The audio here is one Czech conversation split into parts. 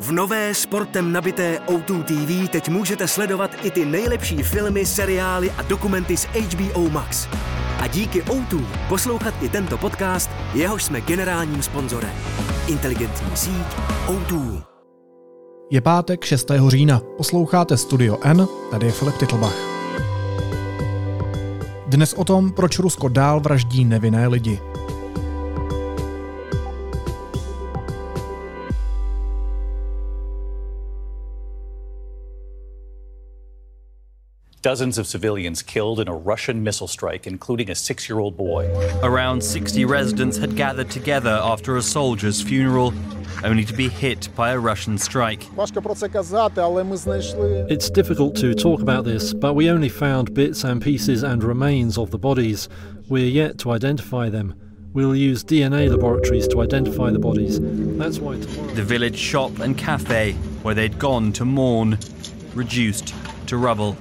V nové sportem nabité O2 TV teď můžete sledovat i ty nejlepší filmy, seriály a dokumenty z HBO Max. A díky O2 poslouchat i tento podcast, jehož jsme generálním sponzorem. Inteligentní síť O2. Je pátek 6. října. Posloucháte Studio N, tady je Filip Titlbach. Dnes o tom, proč Rusko dál vraždí nevinné lidi. Dozens of civilians killed in a Russian missile strike, including a 6-year-old boy. Around 60 residents had gathered together after a soldier's funeral, only to be hit by a Russian strike. It's difficult to talk about this, but we only found bits and pieces and remains of the bodies. We're yet to identify them. We'll use DNA laboratories to identify the bodies. That's why tomorrow... The village shop and cafe, where they'd gone to mourn, reduced to rubble.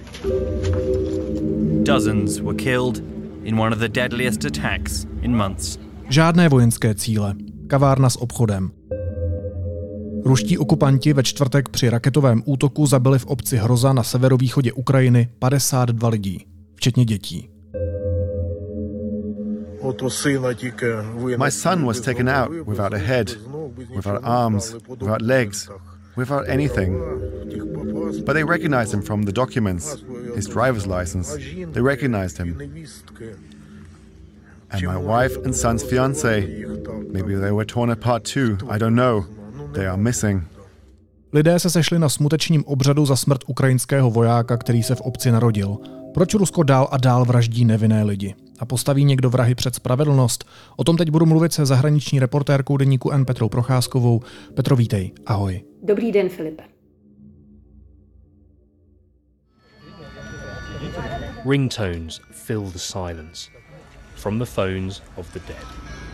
Dozens were killed in one of the deadliest attacks in months. Žádné vojenské cíle. Kavárna s obchodem. Ruští okupanti ve čtvrtek při raketovém útoku zabili v obci Hroza na severovýchodě Ukrajiny 52 lidí, včetně dětí. My son was taken out without a head, without arms, without legs, without anything. But they recognized him from the documents, his driver's license. They recognized him. And my wife and son's fiancé, maybe they were torn apart too, I don't know. They are missing. Lidé se sešli na smutečním obřadu za smrt ukrajinského vojáka, který se v obci narodil. Proč Rusko dál a dál vraždí nevinné lidi? A postaví někdo vrahy před spravedlnost? O tom teď budu mluvit se zahraniční reportérkou deníku N Petrou Procházkovou. Petro, vítej. Ahoj. Dobrý den, Filipe. Ringtones fill the silence from the phones of the dead.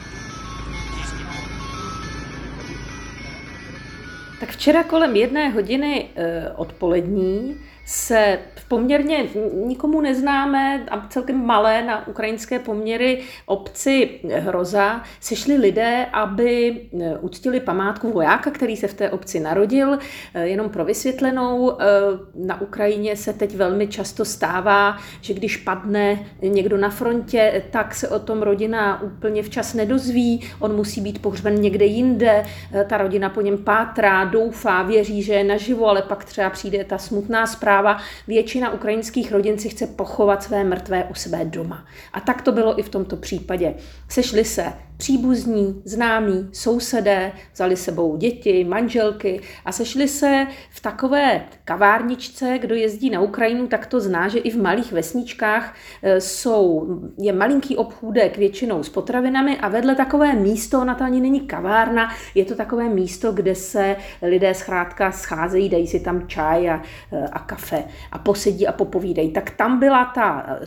Tak včera kolem 1 hodiny odpolední se v poměrně nikomu neznámé a celkem malé na ukrajinské poměry obci Hroza sešli lidé, aby uctili památku vojáka, který se v té obci narodil. Jenom pro vysvětlenou, na Ukrajině se teď velmi často stává, že když padne někdo na frontě, tak se o tom rodina úplně včas nedozví. On musí být pohřben někde jinde, ta rodina po něm pátrá, doufá, věří, že je naživu, ale pak třeba přijde ta smutná zpráva. Většina ukrajinských rodin si chce pochovat své mrtvé u sebe doma. A tak to bylo i v tomto případě. Sešli se příbuzní, známí, sousedé, vzali sebou děti, manželky a sešli se v takové kavárničce. Kdo jezdí na Ukrajinu, tak to zná, že i v malých vesničkách je malinký obchůdek většinou s potravinami a vedle takové místo, ona to ani není kavárna, je to takové místo, kde se lidé zkrátka scházejí, dají si tam čaj a kafe a posedí a popovídají. Tak tam byla ta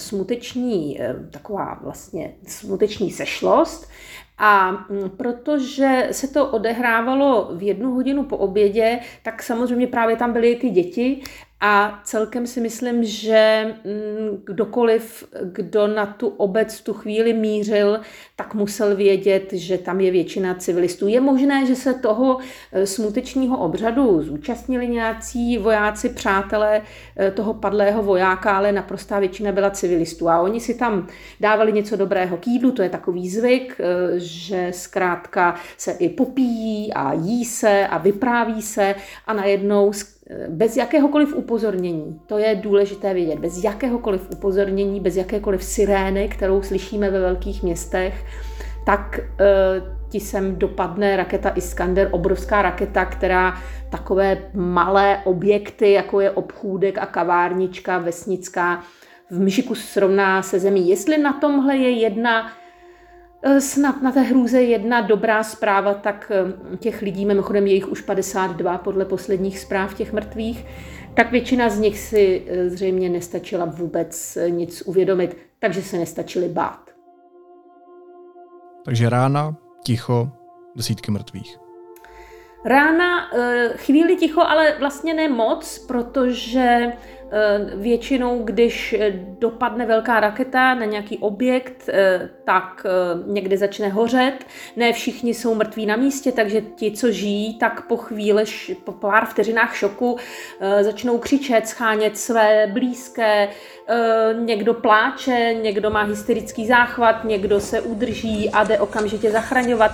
smuteční sešlost. A protože se to odehrávalo v 1 hodinu po obědě, tak samozřejmě právě tam byly ty děti a celkem si myslím, že kdokoliv, kdo na tu obec v tu chvíli mířil, tak musel vědět, že tam je většina civilistů. Je možné, že se toho smutečního obřadu zúčastnili nějací vojáci, přátelé toho padlého vojáka, ale naprostá většina byla civilistů. A oni si tam dávali něco dobrého k jídlu, to je takový zvyk, že zkrátka se i popíjí a jí se a vypráví se a najednou bez jakéhokoliv upozornění, to je důležité vědět, bez jakéhokoliv upozornění, bez jakékoliv sirény, kterou slyšíme ve velkých městech, tak ti sem dopadne raketa Iskander, obrovská raketa, která takové malé objekty, jako je obchůdek a kavárnička vesnická, v myšiku srovná se zemí. Jestli na tomhle je snad na té hrůze jedna dobrá zpráva, tak těch lidí, mimochodem je jich už 52 podle posledních zpráv těch mrtvých, tak většina z nich si zřejmě nestačila vůbec nic uvědomit, takže se nestačili bát. Takže rána, ticho, desítky mrtvých. Rána chvíli ticho, ale vlastně ne moc, protože většinou, když dopadne velká raketa na nějaký objekt, tak někde začne hořet. Ne všichni jsou mrtví na místě, takže ti, co žijí, tak po chvíli, po pár vteřinách šoku začnou křičet, schánět své blízké. Někdo pláče, někdo má hysterický záchvat, někdo se udrží a jde okamžitě zachraňovat.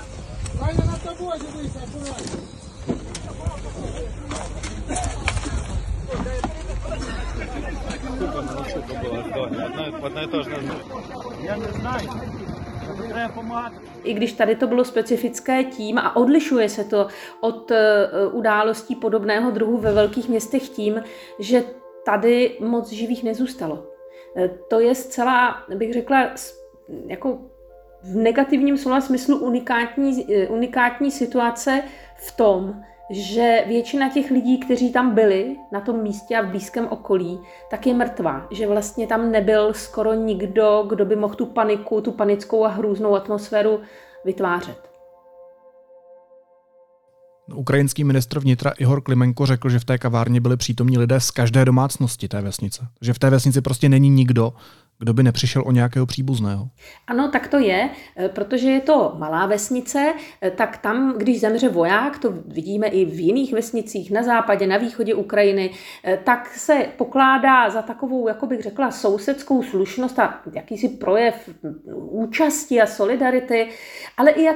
I když tady to bylo specifické tím a odlišuje se to od událostí podobného druhu ve velkých městech tím, že tady moc živých nezůstalo. To je zcela, bych řekla, jako v negativním slova smyslu unikátní situace v tom, že většina těch lidí, kteří tam byli na tom místě a v blízkém okolí, tak je mrtvá. Že vlastně tam nebyl skoro nikdo, kdo by mohl tu paniku, tu panickou a hrůznou atmosféru vytvářet. Ukrajinský ministr vnitra Ihor Klimenko řekl, že v té kavárně byli přítomní lidé z každé domácnosti té vesnice. Že v té vesnici prostě není nikdo, kdo by nepřišel o nějakého příbuzného. Ano, tak to je, protože je to malá vesnice, tak tam, když zemře voják, to vidíme i v jiných vesnicích na západě, na východě Ukrajiny, tak se pokládá za takovou, jako bych řekla, sousedskou slušnost a jakýsi projev účasti a solidarity, ale i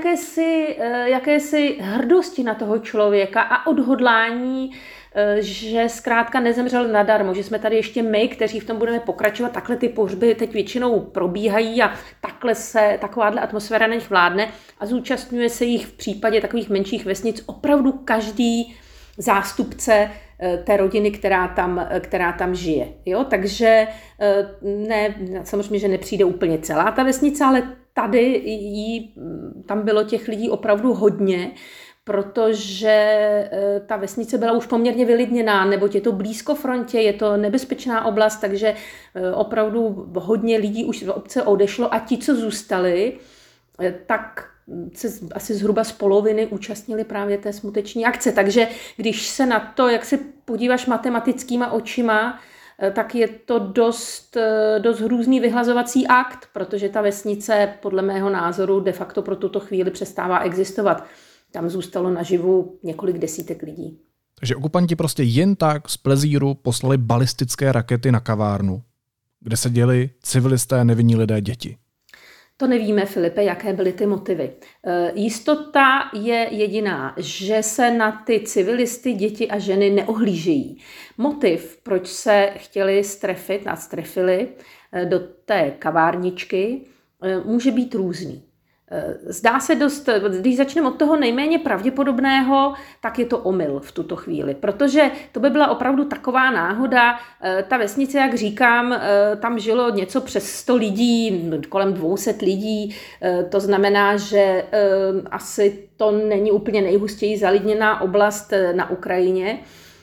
jakési hrdosti na toho člověka a odhodlání, že zkrátka nezemřel nadarmo, že jsme tady ještě my, kteří v tom budeme pokračovat, takhle ty pohřby teď většinou probíhají a takováhle atmosféra na nich vládne a zúčastňuje se jich v případě takových menších vesnic opravdu každý zástupce té rodiny, která tam žije. Jo? Takže ne, samozřejmě, že nepřijde úplně celá ta vesnice, ale tady tam bylo těch lidí opravdu hodně, protože ta vesnice byla už poměrně vylidněná, neboť je to blízko frontě, je to nebezpečná oblast, takže opravdu hodně lidí už z obce odešlo a ti, co zůstali, tak se asi zhruba z poloviny účastnili právě té smuteční akce. Takže když se na to, jak se podíváš matematickýma očima, tak je to dost hrůzný vyhlazovací akt, protože ta vesnice podle mého názoru de facto pro tuto chvíli přestává existovat. Tam zůstalo naživu několik desítek lidí. Takže okupanti prostě jen tak z plezíru poslali balistické rakety na kavárnu, kde seděli civilisté, nevinní lidé, děti. To nevíme, Filipe, jaké byly ty motivy. Jistota je jediná, že se na ty civilisty, děti a ženy neohlížejí. Motiv, proč se chtěli strefit a strefili do té kavárničky, může být různý. Zdá se dost, když začneme od toho nejméně pravděpodobného, tak je to omyl v tuto chvíli, protože to by byla opravdu taková náhoda. Ta vesnice, jak říkám, tam žilo něco přes 100 lidí, kolem 200 lidí, to znamená, že asi to není úplně nejhustěji zalidněná oblast na Ukrajině.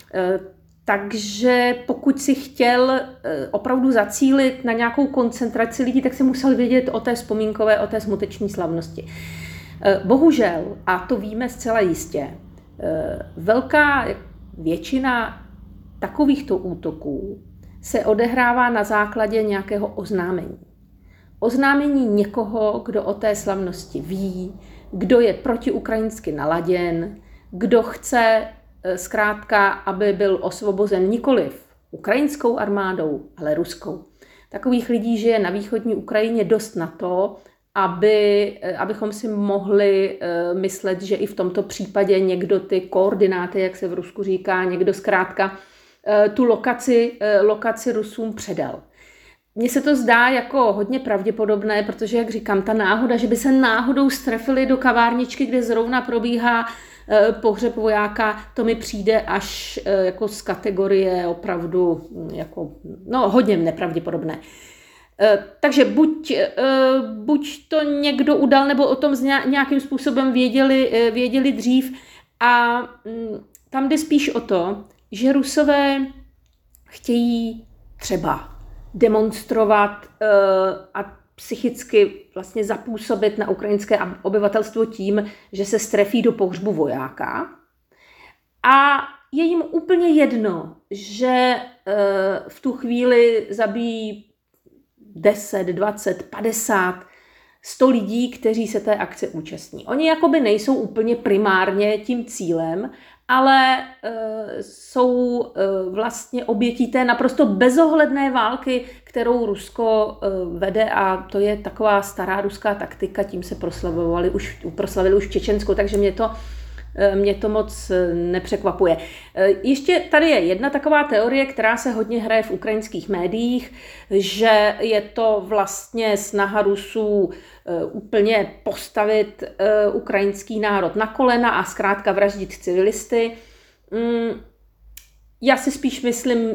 Takže pokud si chtěl opravdu zacílit na nějakou koncentraci lidí, tak si musel vědět o té vzpomínkové, o té smuteční slavnosti. Bohužel, a to víme zcela jistě, velká většina takovýchto útoků se odehrává na základě nějakého oznámení. Oznámení někoho, kdo o té slavnosti ví, kdo je protiukrajinsky naladěn, kdo chce zkrátka, aby byl osvobozen nikoliv ukrajinskou armádou, ale ruskou. Takových lidí žije na východní Ukrajině dost na to, abychom si mohli myslet, že i v tomto případě někdo ty koordináty, jak se v Rusku říká, někdo zkrátka tu lokaci Rusům předal. Mně se to zdá jako hodně pravděpodobné, protože, jak říkám, ta náhoda, že by se náhodou strefili do kavárničky, kde zrovna probíhá pohřeb vojáka, to mi přijde až jako z kategorie opravdu jako, hodně nepravděpodobné. Takže buď to někdo udal, nebo o tom nějakým způsobem věděli dřív. A tam jde spíš o to, že Rusové chtějí třeba demonstrovat a psychicky vlastně zapůsobit na ukrajinské obyvatelstvo tím, že se strefí do pohřbu vojáka. A je jim úplně jedno, že v tu chvíli zabijí 10, 20, 50, 100 lidí, kteří se té akce účastní. Oni jakoby nejsou úplně primárně tím cílem, ale jsou vlastně obětí té naprosto bezohledné války, kterou Rusko vede, a to je taková stará ruská taktika, tím se proslavili už v Čečensku, takže mě to moc nepřekvapuje. Ještě tady je jedna taková teorie, která se hodně hraje v ukrajinských médiích, že je to vlastně snaha Rusů úplně postavit ukrajinský národ na kolena a zkrátka vraždit civilisty. Já si spíš myslím,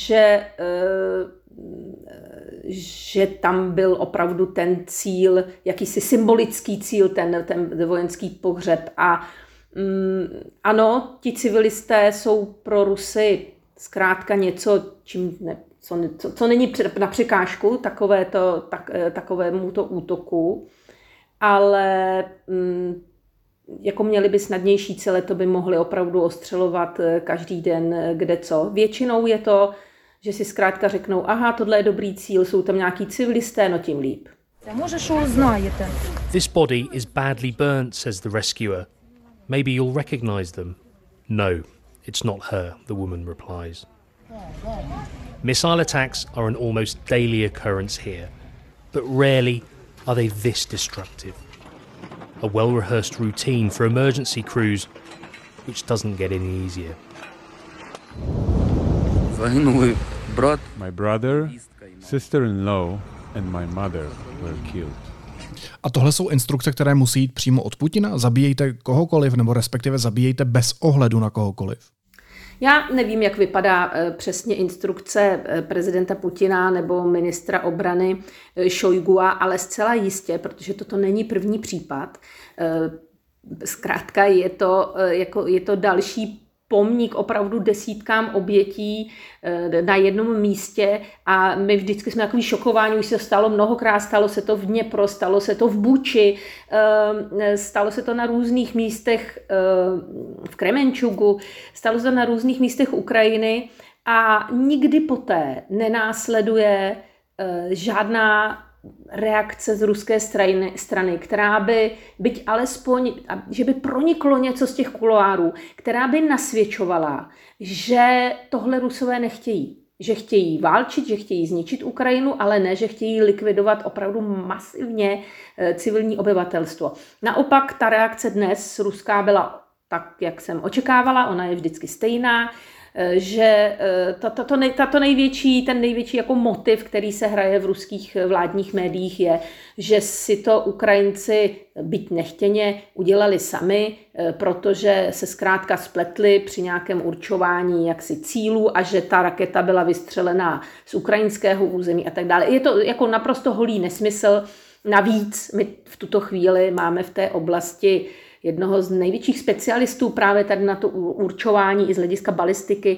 že tam byl opravdu ten cíl, jakýsi symbolický cíl, ten vojenský pohřeb. A ano, ti civilisté jsou pro Rusy zkrátka něco, co není na překážku takovému to útoku, ale jako měli by snadnější cíle, to by mohli opravdu ostřelovat každý den kde co. Většinou je to, že si zkrátka řeknou, aha, tohle je dobrý cíl, jsou tam nějaký civilisté, no tím líp. This body is badly burnt, says the rescuer. Maybe you'll recognize them. No, it's not her, the woman replies. Missile attacks are an almost daily occurrence here, but rarely are they this destructive. A well-rehearsed routine for emergency crews, which doesn't get any easier. My brother, sister-in-law and my mother were killed. A tohle jsou instrukce, které musí jít přímo od Putina? Zabíjejte kohokoliv, nebo respektive zabíjejte bez ohledu na kohokoliv? Já nevím, jak vypadá přesně instrukce prezidenta Putina nebo ministra obrany Šojgua, ale zcela jistě, protože toto není první případ. Zkrátka je to další pomník opravdu desítkám obětí na jednom místě a my vždycky jsme takový šokováni, už se to stalo mnohokrát, stalo se to v Dněpro, stalo se to v Buči, stalo se to na různých místech v Kremenčugu, stalo se to na různých místech Ukrajiny a nikdy poté nenásleduje žádná reakce z ruské strany, která by, byť alespoň, že by proniklo něco z těch kuloárů, která by nasvědčovala, že tohle Rusové nechtějí. Že chtějí válčit, že chtějí zničit Ukrajinu, ale ne, že chtějí likvidovat opravdu masivně civilní obyvatelstvo. Naopak ta reakce dnes ruská byla tak, jak jsem očekávala, ona je vždycky stejná, že ten největší jako motiv, který se hraje v ruských vládních médiích, je, že si to Ukrajinci byť nechtěně udělali sami, protože se zkrátka spletli při nějakém určování jaksi cílů a že ta raketa byla vystřelená z ukrajinského území a tak dále. Je to jako naprosto holý nesmysl. Navíc my v tuto chvíli máme v té oblasti jednoho z největších specialistů právě tady na to určování i z hlediska balistiky,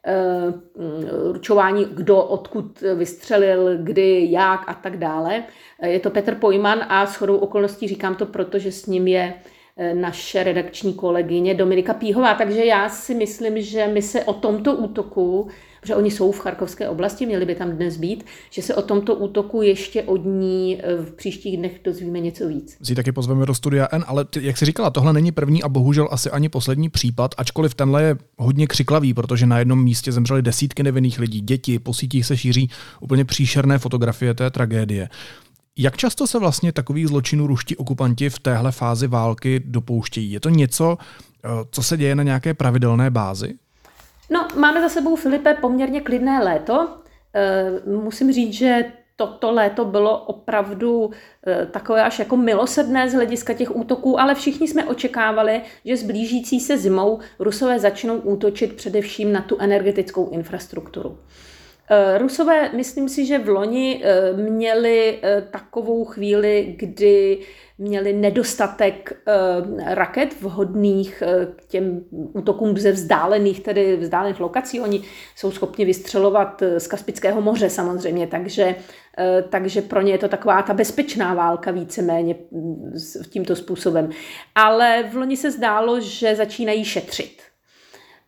určování, kdo odkud vystřelil, kdy, jak a tak dále. Je to Petr Pojman a shodou okolností říkám to, protože s ním je naše redakční kolegyně Dominika Píhová. Takže já si myslím, že my se o tomto útoku, protože oni jsou v Charkovské oblasti, měli by tam dnes být, že se o tomto útoku ještě od ní v příštích dnech dozvíme něco víc. Si taky pozveme do Studia N, ale jak jsi říkala, tohle není první a bohužel asi ani poslední případ, ačkoliv tenhle je hodně křiklavý, protože na jednom místě zemřeli desítky nevinných lidí, děti, po sítích se šíří úplně příšerné fotografie té tragédie. Jak často se vlastně takových zločinů ruští okupanti v téhle fázi války dopouštějí? Je to něco, co se děje na nějaké pravidelné bázi? No, máme za sebou, Filipe, poměrně klidné léto. Musím říct, že toto léto bylo opravdu takové až jako milosrdné z hlediska těch útoků, ale všichni jsme očekávali, že s blížící se zimou Rusové začnou útočit především na tu energetickou infrastrukturu. Rusové, myslím si, že v loni měli takovou chvíli, kdy měli nedostatek raket vhodných k těm útokům ze vzdálených lokací. Oni jsou schopni vystřelovat z Kaspického moře samozřejmě, takže pro ně je to taková ta bezpečná válka víceméně tímto způsobem. Ale v loni se zdálo, že začínají šetřit.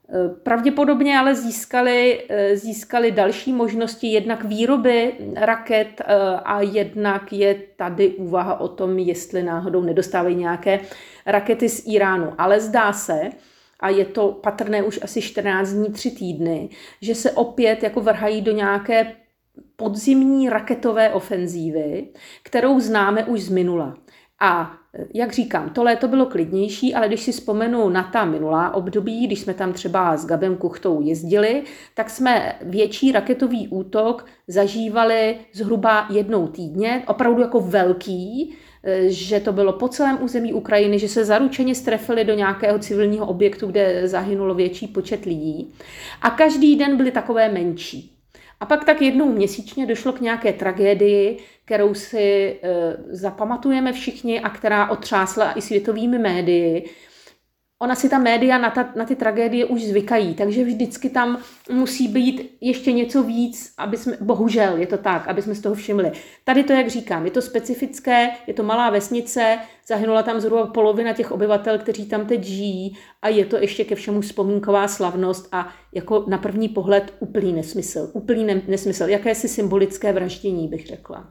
Pravděpodobně ale získali další možnosti, jednak výroby raket a jednak je tady úvaha o tom, jestli náhodou nedostávají nějaké rakety z Iránu. Ale zdá se, a je to patrné už asi 14 dní, 3 týdny, že se opět jako vrhají do nějaké podzimní raketové ofenzívy, kterou známe už z minula. A jak říkám, to léto bylo klidnější, ale když si vzpomenu na ta minulá období, když jsme tam třeba s Gabem Kuchtou jezdili, tak jsme větší raketový útok zažívali zhruba 1 týdně, opravdu jako velký, že to bylo po celém území Ukrajiny, že se zaručeně strefili do nějakého civilního objektu, kde zahynulo větší počet lidí. A každý den byly takové menší. A pak tak 1 měsíčně došlo k nějaké tragédii, kterou si zapamatujeme všichni a která otřásla i světovými médii. Ona si ta média na ty tragédie už zvykají, takže vždycky tam musí být ještě něco víc, bohužel je to tak, aby jsme z toho všimli. Tady to, jak říkám, je to specifické, je to malá vesnice, zahynula tam zhruba polovina těch obyvatel, kteří tam teď žijí a je to ještě ke všemu vzpomínková slavnost a jako na první pohled úplný nesmysl, jakési symbolické vraždění, bych řekla.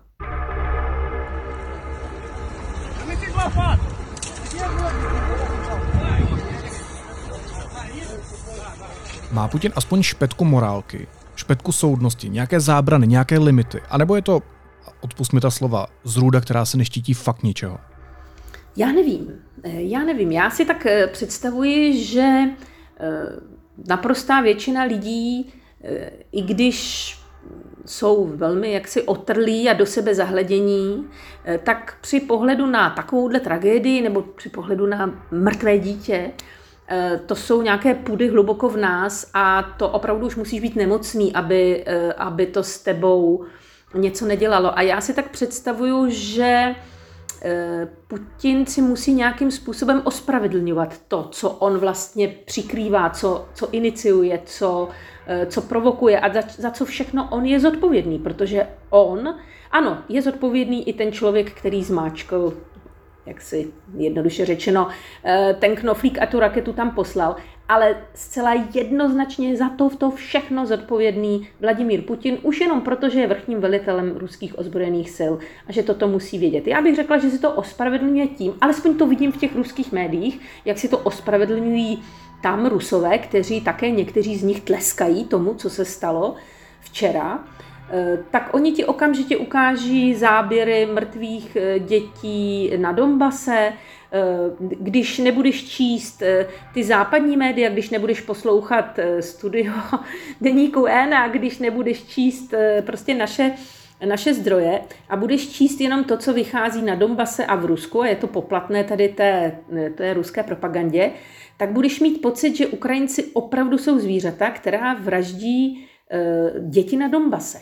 Má Putin aspoň špetku morálky, špetku soudnosti, nějaké zábrany, nějaké limity? A nebo je to, odpust mi ta slova, zrůda, která se neštítí fakt ničeho? Já nevím. Já si tak představuji, že naprostá většina lidí, i když jsou velmi jaksi otrlí a do sebe zahledění, tak při pohledu na takovouhle tragédii nebo při pohledu na mrtvé dítě, to jsou nějaké pudy hluboko v nás a to opravdu už musíš být nemocný, aby to s tebou něco nedělalo. A já si tak představuju, že Putin si musí nějakým způsobem ospravedlňovat to, co on vlastně přikrývá, co iniciuje, co provokuje a za co všechno on je zodpovědný, protože ano, je zodpovědný i ten člověk, který zmáčkl, jak si jednoduše řečeno, ten knoflík a tu raketu tam poslal, ale zcela jednoznačně za to všechno zodpovědný Vladimír Putin, už jenom proto, že je vrchním velitelem ruských ozbrojených sil a že toto musí vědět. Já bych řekla, že si to ospravedlňuje tím, alespoň to vidím v těch ruských médiích, jak si to ospravedlňují tam Rusové, kteří také někteří z nich tleskají tomu, co se stalo včera, tak oni ti okamžitě ukáží záběry mrtvých dětí na Donbase. Když nebudeš číst ty západní média, když nebudeš poslouchat studio Deníku N a když nebudeš číst prostě naše zdroje a budeš číst jenom to, co vychází na Donbase a v Rusku, a je to poplatné tady té ruské propagandě, tak budeš mít pocit, že Ukrajinci opravdu jsou zvířata, která vraždí děti na Donbase.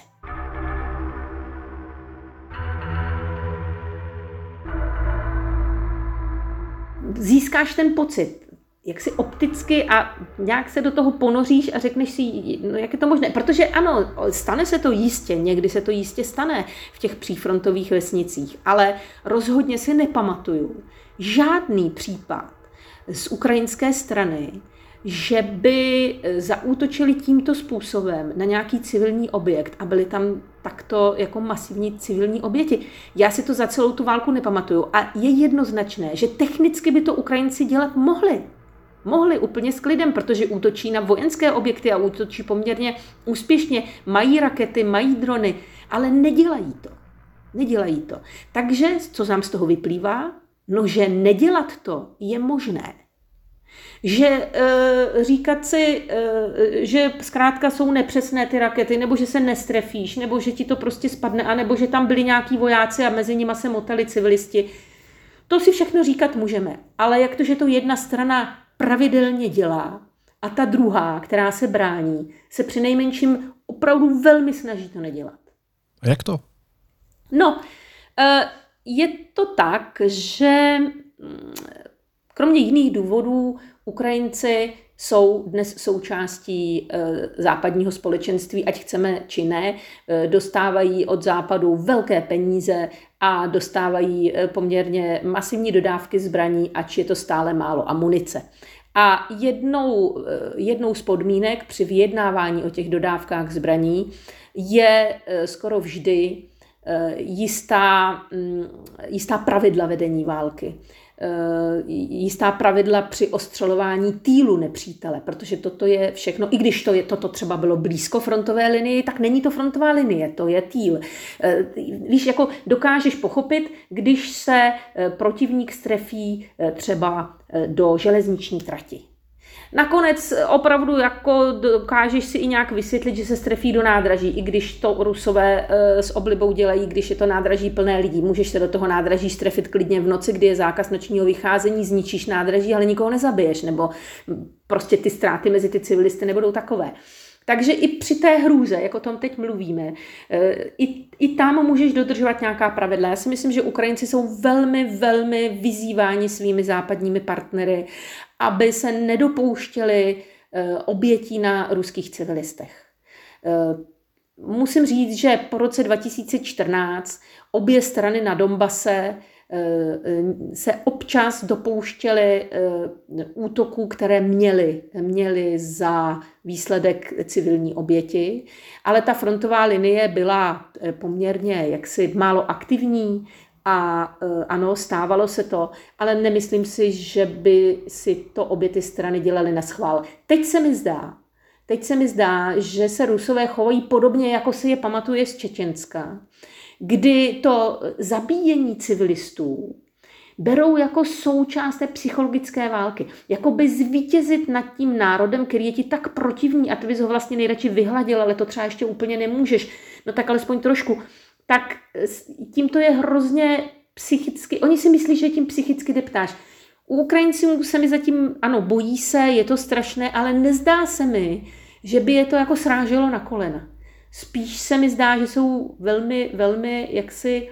Získáš ten pocit, jak si opticky a nějak se do toho ponoříš a řekneš si, no jak je to možné. Protože ano, stane se to jistě, někdy se to jistě stane v těch přífrontových vesnicích, ale rozhodně si nepamatuju žádný případ z ukrajinské strany, že by zaútočili tímto způsobem na nějaký civilní objekt a byly tam takto jako masivní civilní oběti. Já si to za celou tu válku nepamatuju a je jednoznačné, že technicky by to Ukrajinci dělat mohli. Mohli úplně s klidem, protože útočí na vojenské objekty a útočí poměrně úspěšně. Mají rakety, mají drony, ale nedělají to. Takže, co nám z toho vyplývá? No, že nedělat to je možné. Že říkat si, že zkrátka jsou nepřesné ty rakety, nebo že se nestrefíš, nebo že ti to prostě spadne, anebo že tam byli nějaký vojáci a mezi nimi se motali civilisti. To si všechno říkat můžeme, ale jak to, že to jedna strana pravidelně dělá a ta druhá, která se brání, se přinejmenším opravdu velmi snaží to nedělat. A jak to? No, je to tak, že kromě jiných důvodů Ukrajinci jsou dnes součástí západního společenství, ať chceme či ne, dostávají od západu velké peníze a dostávají poměrně masivní dodávky zbraní, ač je to stále málo, a munice. A jednou z podmínek při vyjednávání o těch dodávkách zbraní je skoro vždy jistá pravidla vedení války. Jistá pravidla při ostřelování týlu nepřítele, protože toto je všechno, i když toto třeba bylo blízko frontové linii, tak není to frontová linie, to je týl. Víš, jako dokážeš pochopit, když se protivník strefí třeba do železniční trati. Nakonec opravdu jako dokážeš si i nějak vysvětlit, že se strefí do nádraží, i když to Rusové s oblibou dělají, když je to nádraží plné lidí. Můžeš se do toho nádraží strefit klidně v noci, kdy je zákaz nočního vycházení, zničíš nádraží, ale nikoho nezabiješ, nebo prostě ty ztráty mezi ty civilisty nebudou takové. Takže i při té hrůze, jak o tom teď mluvíme, i tam můžeš dodržovat nějaká pravidla. Já si myslím, že Ukrajinci jsou velmi, velmi vyzýváni svými západními partnery, aby se nedopouštěli obětí na ruských civilistech. Musím říct, že po roce 2014 obě strany na Donbase se občas dopouštěly útoků, které měly za výsledek civilní oběti, ale ta frontová linie byla poměrně jaksi málo aktivní a ano, stávalo se to, ale nemyslím si, že by si to obě ty strany dělaly na schvál. Teď se mi zdá, že se Rusové chovají podobně, jako si je pamatuje z Čečenska, kdy to zabíjení civilistů berou jako součást té psychologické války. Jako by zvítězit nad tím národem, který je ti tak protivní a ty bys ho vlastně nejradši vyhladil, ale to třeba ještě úplně nemůžeš. No tak alespoň trošku. Tak tím to je hrozně psychicky. Oni si myslí, že tím psychicky deptáš. U Ukrajinců se mi zatím, ano, bojí se, je to strašné, ale nezdá se mi, že by je to jako sráželo na kolena. Spíš se mi zdá, že jsou velmi, velmi jaksi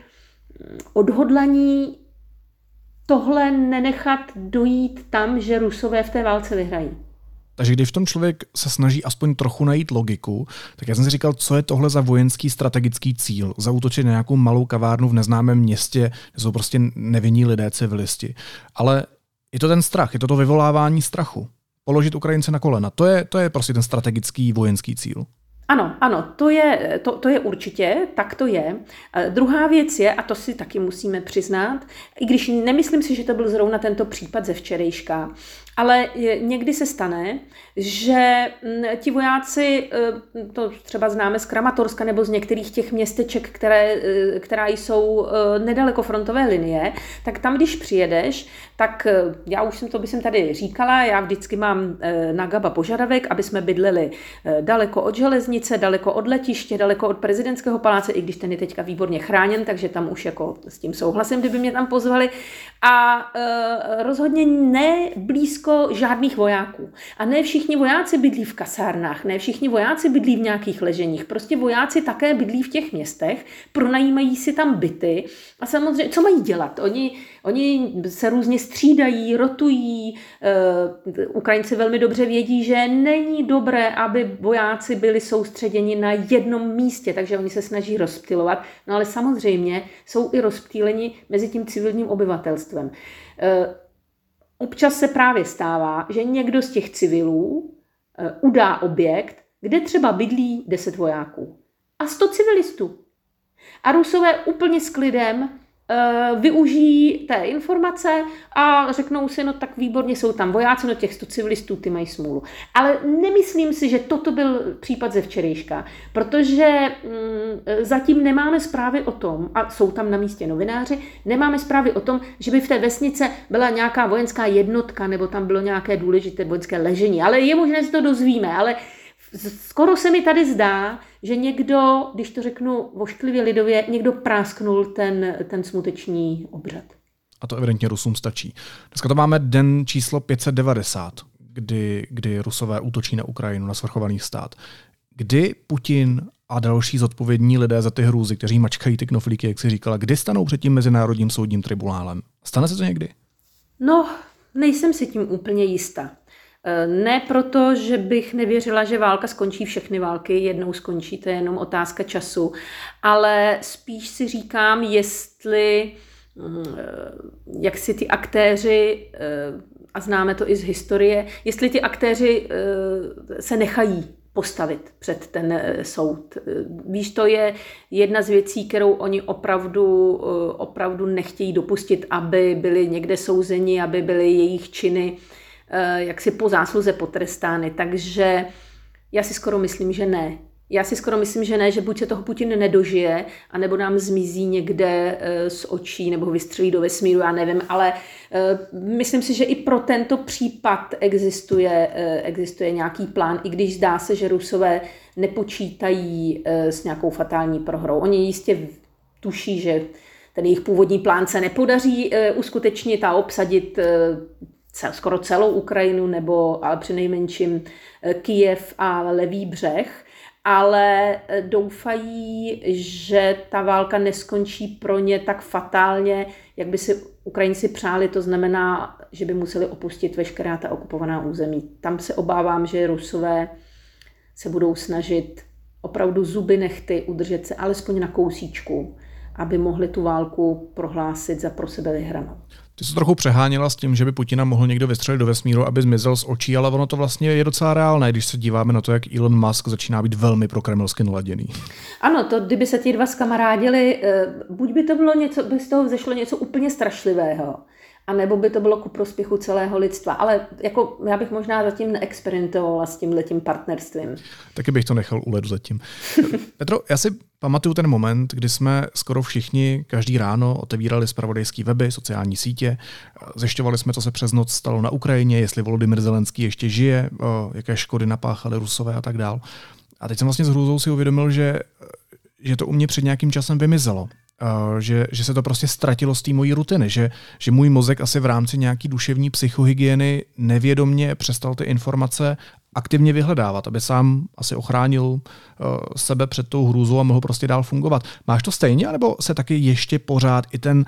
odhodlaní tohle nenechat dojít tam, že Rusové v té válce vyhrají. Takže když v tom člověk se snaží aspoň trochu najít logiku, tak já jsem si říkal, co je tohle za vojenský strategický cíl? Zaútočit na nějakou malou kavárnu v neznámém městě, kde jsou prostě nevinní lidé, civilisti. Ale je to ten strach, je to vyvolávání strachu. Položit Ukrajince na kolena. To je prostě ten strategický vojenský cíl. Ano, to je určitě, tak to je. Druhá věc je, a to si taky musíme přiznat, i když nemyslím si, že to byl zrovna tento případ ze včerejška, ale někdy se stane, že ti vojáci, to třeba známe z Kramatorska nebo z některých těch městeček, která jsou nedaleko frontové linie, tak tam, když přijedeš, tak já už jsem to bych tady říkala, já vždycky mám na Gaba požadavek, aby jsme bydleli daleko od železnice, daleko od letiště, daleko od prezidentského paláce, i když ten je teďka výborně chráněn, takže tam už jako s tím souhlasím, kdyby mě tam pozvali. A rozhodně ne blízko žádných vojáků. A ne všichni vojáci bydlí v kasárnách, ne všichni vojáci bydlí v nějakých leženích. Prostě vojáci také bydlí v těch městech, pronajímají si tam byty a samozřejmě, co mají dělat? Oni se různě střídají, rotují. Ukrajinci velmi dobře vědí, že není dobré, aby vojáci byli soustředěni na jednom místě, takže oni se snaží rozptylovat. No ale samozřejmě jsou i rozptýleni mezi tím civilním obyvatelstvem. Občas se právě stává, že někdo z těch civilů udá objekt, kde třeba bydlí 10 vojáků a 100 civilistů. A Rusové úplně s klidem využijí té informace a řeknou si, no tak výborně jsou tam vojáci, no těch 100 civilistů, ty mají smůlu. Ale nemyslím si, že toto byl případ ze včerejška, protože zatím nemáme zprávy o tom, a jsou tam na místě novináři, nemáme zprávy o tom, že by v té vesnice byla nějaká vojenská jednotka nebo tam bylo nějaké důležité vojenské ležení. Ale je možné, že se to dozvíme, ale skoro se mi tady zdá, že někdo, když to řeknu vošklivě lidově, někdo prásknul ten smuteční obřad. A to evidentně Rusům stačí. Dneska to máme den číslo 590, kdy Rusové útočí na Ukrajinu, na svrchovaný stát. Kdy Putin a další zodpovědní lidé za ty hrůzy, kteří mačkají ty knoflíky, jak si říkala, kdy stanou před tím Mezinárodním soudním tribunálem? Stane se to někdy? No, nejsem si tím úplně jistá. Ne proto, že bych nevěřila, že válka skončí, všechny války jednou skončí, to je jenom otázka času, ale spíš si říkám, jestli jak si ty aktéři a známe to i z historie, jestli ti aktéři se nechají postavit před ten soud. Víš, to je jedna z věcí, kterou oni opravdu nechtějí dopustit, aby byli někde souzeni, aby byly jejich činy jaksi po zásluze potrestány. Takže já si skoro myslím, že ne. Že buď se toho Putin nedožije, anebo nám zmizí někde z očí, nebo ho vystřelí do vesmíru, já nevím, ale myslím si, že i pro tento případ existuje nějaký plán, i když zdá se, že Rusové nepočítají s nějakou fatální prohrou. Oni jistě tuší, že ten jejich původní plán se nepodaří uskutečnit a obsadit skoro celou Ukrajinu, ale přinejmenším Kyjev a levý břeh, ale doufají, že ta válka neskončí pro ně tak fatálně, jak by si Ukrajinci přáli, to znamená, že by museli opustit veškerá ta okupovaná území. Tam se obávám, že Rusové se budou snažit opravdu zuby nehty udržet se alespoň na kousíčku, aby mohli tu válku prohlásit za pro sebe vyhranou. Ty jsi trochu přeháněla s tím, že by Putina mohl někdo vystřelit do vesmíru, aby zmizel z očí, ale ono to vlastně je docela reálné, když se díváme na to, jak Elon Musk začíná být velmi prokremelsky naladěný. Ano, to kdyby se ti dva zkamarádili, buď by to bylo něco, by z toho vzešlo něco úplně strašlivého, anebo by to bylo ku prospěchu celého lidstva. Ale jako já bych možná zatím neexperimentovala s tímhletím partnerstvím. Taky bych to nechal u ledu zatím. Petro, já si pamatuju ten moment, kdy jsme skoro všichni každý ráno otevírali zpravodajský weby, sociální sítě, zjišťovali jsme, co se přes noc stalo na Ukrajině, jestli Volodymyr Zelenský ještě žije, jaké škody napáchali Rusové a tak dál. A teď jsem vlastně s hrůzou si uvědomil, že to u mě před nějakým časem vymizelo. Že se to prostě ztratilo z té mojí rutiny, že můj mozek asi v rámci nějaký duševní psychohygieny nevědomně přestal ty informace aktivně vyhledávat, aby sám asi ochránil sebe před tou hrůzou a mohl prostě dál fungovat. Máš to stejně, anebo se taky ještě pořád i ten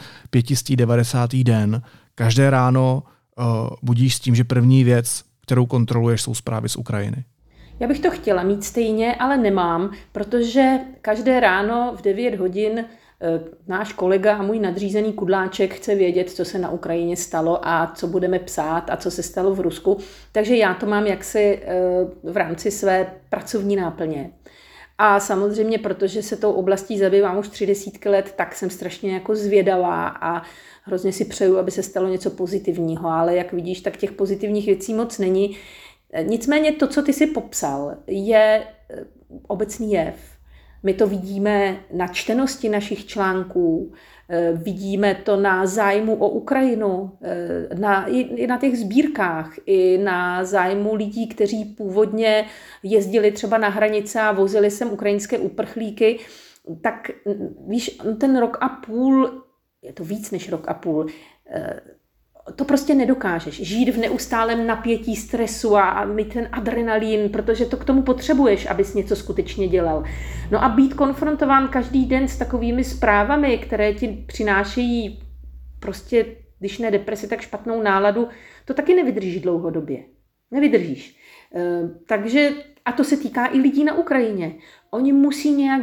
590. den každé ráno budíš s tím, že první věc, kterou kontroluješ, jsou zprávy z Ukrajiny? Já bych to chtěla mít stejně, ale nemám, protože každé ráno v 9 hodin náš kolega a můj nadřízený Kudláček chce vědět, co se na Ukrajině stalo a co budeme psát a co se stalo v Rusku. Takže já to mám jaksi v rámci své pracovní náplně. A samozřejmě, protože se tou oblastí zabývám už 30 let, tak jsem strašně jako zvědavá a hrozně si přeju, aby se stalo něco pozitivního. Ale jak vidíš, tak těch pozitivních věcí moc není. Nicméně to, co ty si popsal, je obecný jev. My to vidíme na čtenosti našich článků, vidíme to na zájmu o Ukrajinu, i na těch sbírkách, i na zájmu lidí, kteří původně jezdili třeba na hranice a vozili sem ukrajinské uprchlíky. Tak víš, ten rok a půl, je to víc než rok a půl, to prostě nedokážeš. Žít v neustálém napětí, stresu a mít ten adrenalin, protože to k tomu potřebuješ, abys něco skutečně dělal. No a být konfrontován každý den s takovými zprávami, které ti přinášejí prostě, když ne depresi, tak špatnou náladu, to taky nevydržíš dlouhodobě. Nevydržíš. Takže, a to se týká i lidí na Ukrajině. Oni musí nějak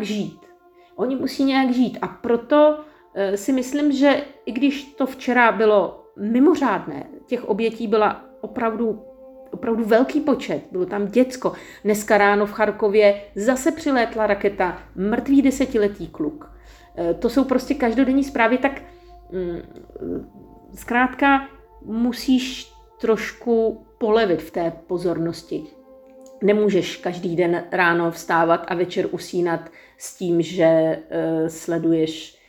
žít. A proto si myslím, že i když to včera bylo mimořádné, těch obětí byla opravdu velký počet, bylo tam děcko. Dneska ráno v Charkově zase přilétla raketa, mrtvý 10letý kluk. To jsou prostě každodenní zprávy, tak zkrátka musíš trošku polevit v té pozornosti. Nemůžeš každý den ráno vstávat a večer usínat s tím, že sleduješ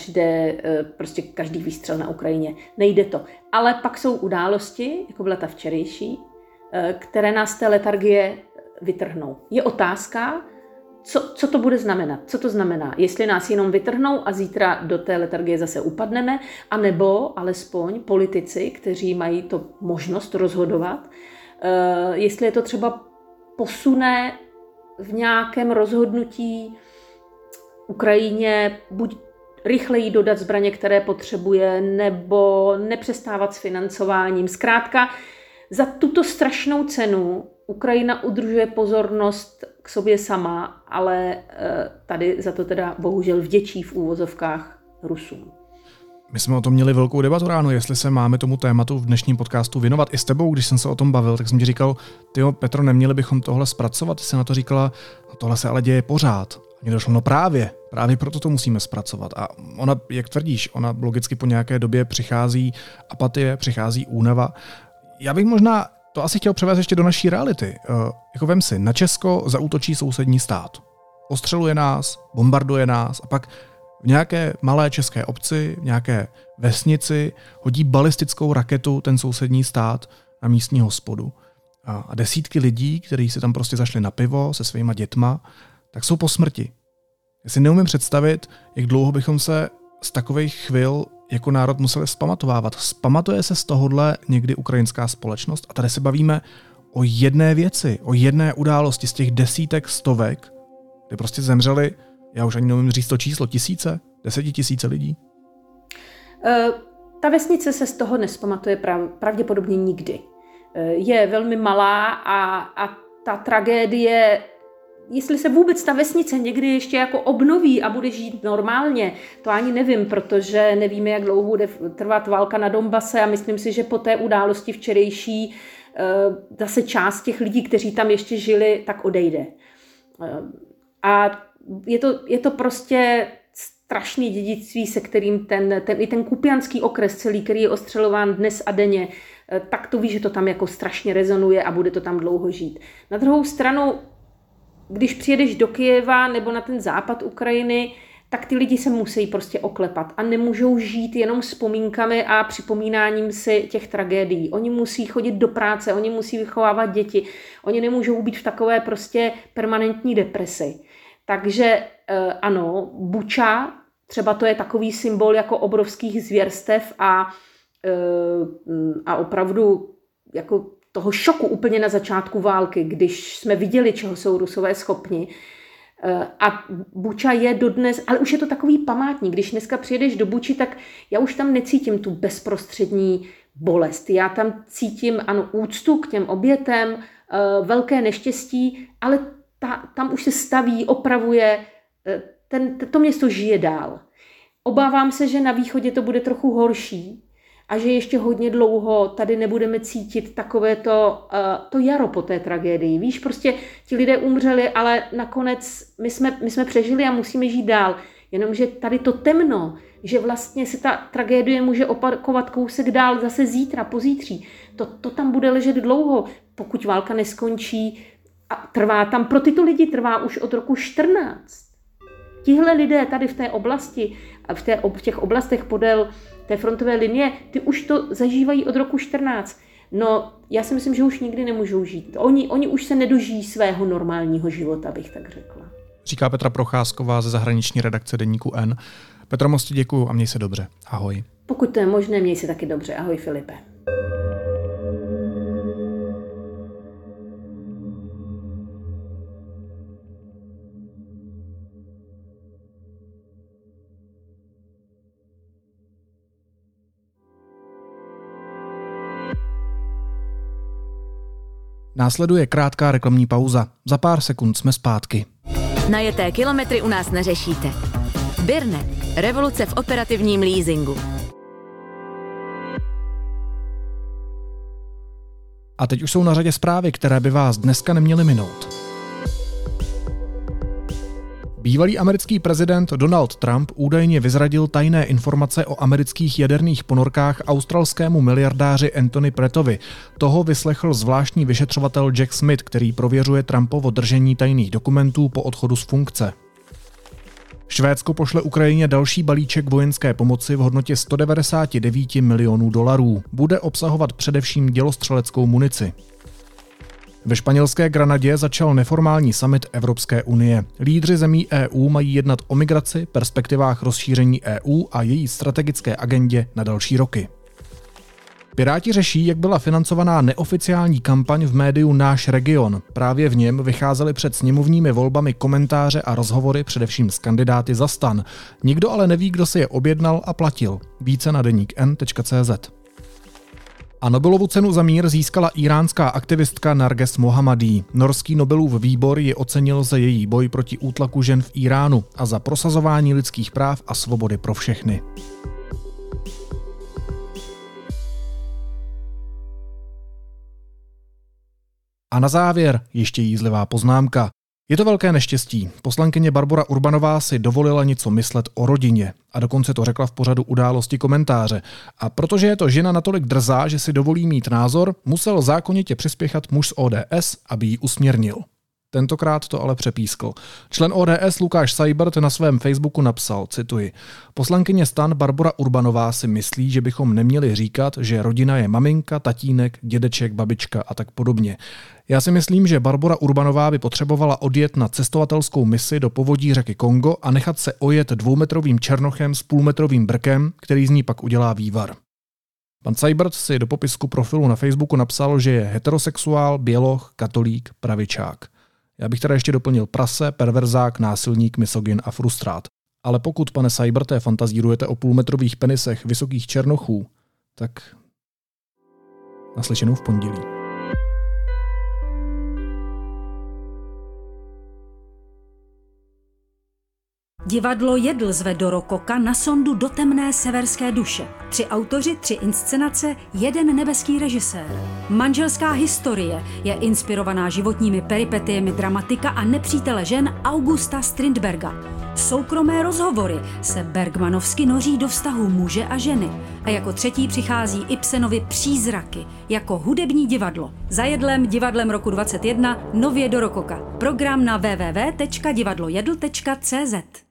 každý výstřel na Ukrajině. Nejde to. Ale pak jsou události, jako byla ta včerejší, které nás z té letargie vytrhnou. Je otázka, co to bude znamenat. Co to znamená? Jestli nás jenom vytrhnou a zítra do té letargie zase upadneme, anebo alespoň politici, kteří mají to možnost rozhodovat, jestli je to třeba posune v nějakém rozhodnutí Ukrajině buď rychleji dodat zbraně, které potřebuje, nebo nepřestávat s financováním. Zkrátka, za tuto strašnou cenu Ukrajina udržuje pozornost k sobě sama, ale tady za to teda bohužel vděčí v úvozovkách Rusům. My jsme o tom měli velkou debatu ráno, jestli se máme tomu tématu v dnešním podcastu věnovat. I s tebou, když jsem se o tom bavil, tak jsem ti říkal, tyjo, Petro, neměli bychom tohle zpracovat? Ty jsi na to říkala, no tohle se ale děje pořád. A mně došlo, no právě proto to musíme zpracovat. A ona, jak tvrdíš, ona logicky po nějaké době přichází apatie, přichází únava. Já bych možná to asi chtěl převést ještě do naší reality. Jako vem si, na Česko zaútočí sousední stát. Ostřeluje nás, bombarduje nás a pak v nějaké malé české obci, v nějaké vesnici hodí balistickou raketu ten sousední stát na místní hospodu. A desítky lidí, kteří si tam prostě zašli na pivo se svýma dětma, tak jsou po smrti. Já si neumím představit, jak dlouho bychom se z takových chvil jako národ museli vzpamatovávat. Vzpamatuje se z tohohle někdy ukrajinská společnost? A tady se bavíme o jedné věci, o jedné události z těch desítek, stovek, kdy prostě zemřeli, já už ani neumím říct to číslo, tisíce, 10 000 lidí? Ta vesnice se z toho nespamatuje pravděpodobně nikdy. Je velmi malá a ta tragédie, jestli se vůbec ta vesnice někdy ještě jako obnoví a bude žít normálně, to ani nevím, protože nevíme, jak dlouho bude trvat válka na Donbase a myslím si, že po té události včerejší zase část těch lidí, kteří tam ještě žili, tak odejde. A je to prostě strašný dědictví, se kterým ten kupianský okres celý, který je ostřelován dnes a denně, tak to ví, že to tam jako strašně rezonuje a bude to tam dlouho žít. Na druhou stranu, když přijedeš do Kyjeva nebo na ten západ Ukrajiny, tak ty lidi se musí prostě oklepat a nemůžou žít jenom vzpomínkami a připomínáním si těch tragédií. Oni musí chodit do práce, oni musí vychovávat děti, oni nemůžou být v takové prostě permanentní depresi. Takže ano, Buča, třeba to je takový symbol jako obrovských zvěrstev a opravdu jako toho šoku úplně na začátku války, když jsme viděli, čeho jsou Rusové schopni. A Buča je dodnes, ale už je to takový památník. Když dneska přijedeš do Buči, tak já už tam necítím tu bezprostřední bolest. Já tam cítím, ano, úctu k těm obětem, velké neštěstí, ale tam už se staví, opravuje, to město žije dál. Obávám se, že na východě to bude trochu horší a že ještě hodně dlouho tady nebudeme cítit takové to jaro po té tragédii. Víš, prostě ti lidé umřeli, ale nakonec my jsme přežili a musíme žít dál. Jenomže tady to temno, že vlastně se ta tragédie může opakovat kousek dál zase zítra, pozítří. To tam bude ležet dlouho, pokud válka neskončí. A trvá tam, pro tyto lidi trvá už od roku 14. Tihle lidé tady v té oblasti, v těch oblastech podél té frontové linie, ty už to zažívají od roku 14. No, já si myslím, že už nikdy nemůžou žít. Oni už se nedožijí svého normálního života, bych tak řekla. Říká Petra Procházková ze zahraniční redakce deníku N. Petro, moc ti děkuju a měj se dobře. Ahoj. Pokud to je možné, měj se taky dobře. Ahoj, Filipe. Následuje krátká reklamní pauza. Za pár sekund jsme zpátky. Najeté kilometry u nás neřešíte. Birne, revoluce v operativním leasingu. A teď už jsou na řadě zprávy, které by vás dneska neměly minout. Bývalý americký prezident Donald Trump údajně vyzradil tajné informace o amerických jaderných ponorkách australskému miliardáři Anthony Prettovi. Toho vyslechl zvláštní vyšetřovatel Jack Smith, který prověřuje Trumpovo držení tajných dokumentů po odchodu z funkce. Švédsko pošle Ukrajině další balíček vojenské pomoci v hodnotě $199 milionů. Bude obsahovat především dělostřeleckou munici. Ve španělské Granadě začal neformální summit Evropské unie. Lídři zemí EU mají jednat o migraci, perspektivách rozšíření EU a její strategické agendě na další roky. Piráti řeší, jak byla financovaná neoficiální kampaň v médiu Náš region. Právě v něm vycházely před sněmovními volbami komentáře a rozhovory především s kandidáty za STAN. Nikdo ale neví, kdo si je objednal a platil. Více na deníkn.cz. A Nobelovu cenu za mír získala íránská aktivistka Narges Mohammadi. Norský Nobelův výbor ji ocenil za její boj proti útlaku žen v Íránu a za prosazování lidských práv a svobody pro všechny. A na závěr ještě jízlivá poznámka. Je to velké neštěstí. Poslankyně Barbora Urbanová si dovolila něco myslet o rodině a dokonce to řekla v pořadu Události komentáře. A protože je to žena natolik drzá, že si dovolí mít názor, musel zákonitě přispěchat muž z ODS, aby ji usměrnil. Tentokrát to ale přepískl. Člen ODS Lukáš Seibert na svém Facebooku napsal, cituji, poslankyně STAN Barbora Urbanová si myslí, že bychom neměli říkat, že rodina je maminka, tatínek, dědeček, babička a tak podobně. Já si myslím, že Barbora Urbanová by potřebovala odjet na cestovatelskou misi do povodí řeky Kongo a nechat se ojet 2metrovým černochem s půlmetrovým brkem, který z ní pak udělá vývar. Pan Seibert si do popisku profilu na Facebooku napsal, že je heterosexuál, běloch, katolík, pravičák. Já bych teda ještě doplnil prase, perverzák, násilník, misogyn a frustrát. Ale pokud, pane Seiberte, fantazírujete o půlmetrových penisech vysokých černochů, tak naslyšenou v pondělí. Divadlo Jedl zve do Rokoka na sondu do temné severské duše. 3 autoři, 3 inscenace, 1 nebeský režisér. Manželská historie je inspirovaná životními peripetiemi dramatika a nepřítele žen Augusta Strindberga. Soukromé rozhovory se bergmanovsky noří do vztahu muže a ženy. A jako 3. přichází Ibsenovy Přízraky jako hudební divadlo. Za Jedlem, divadlem roku 2021, nově do Rokoka. Program na www.divadlojedl.cz.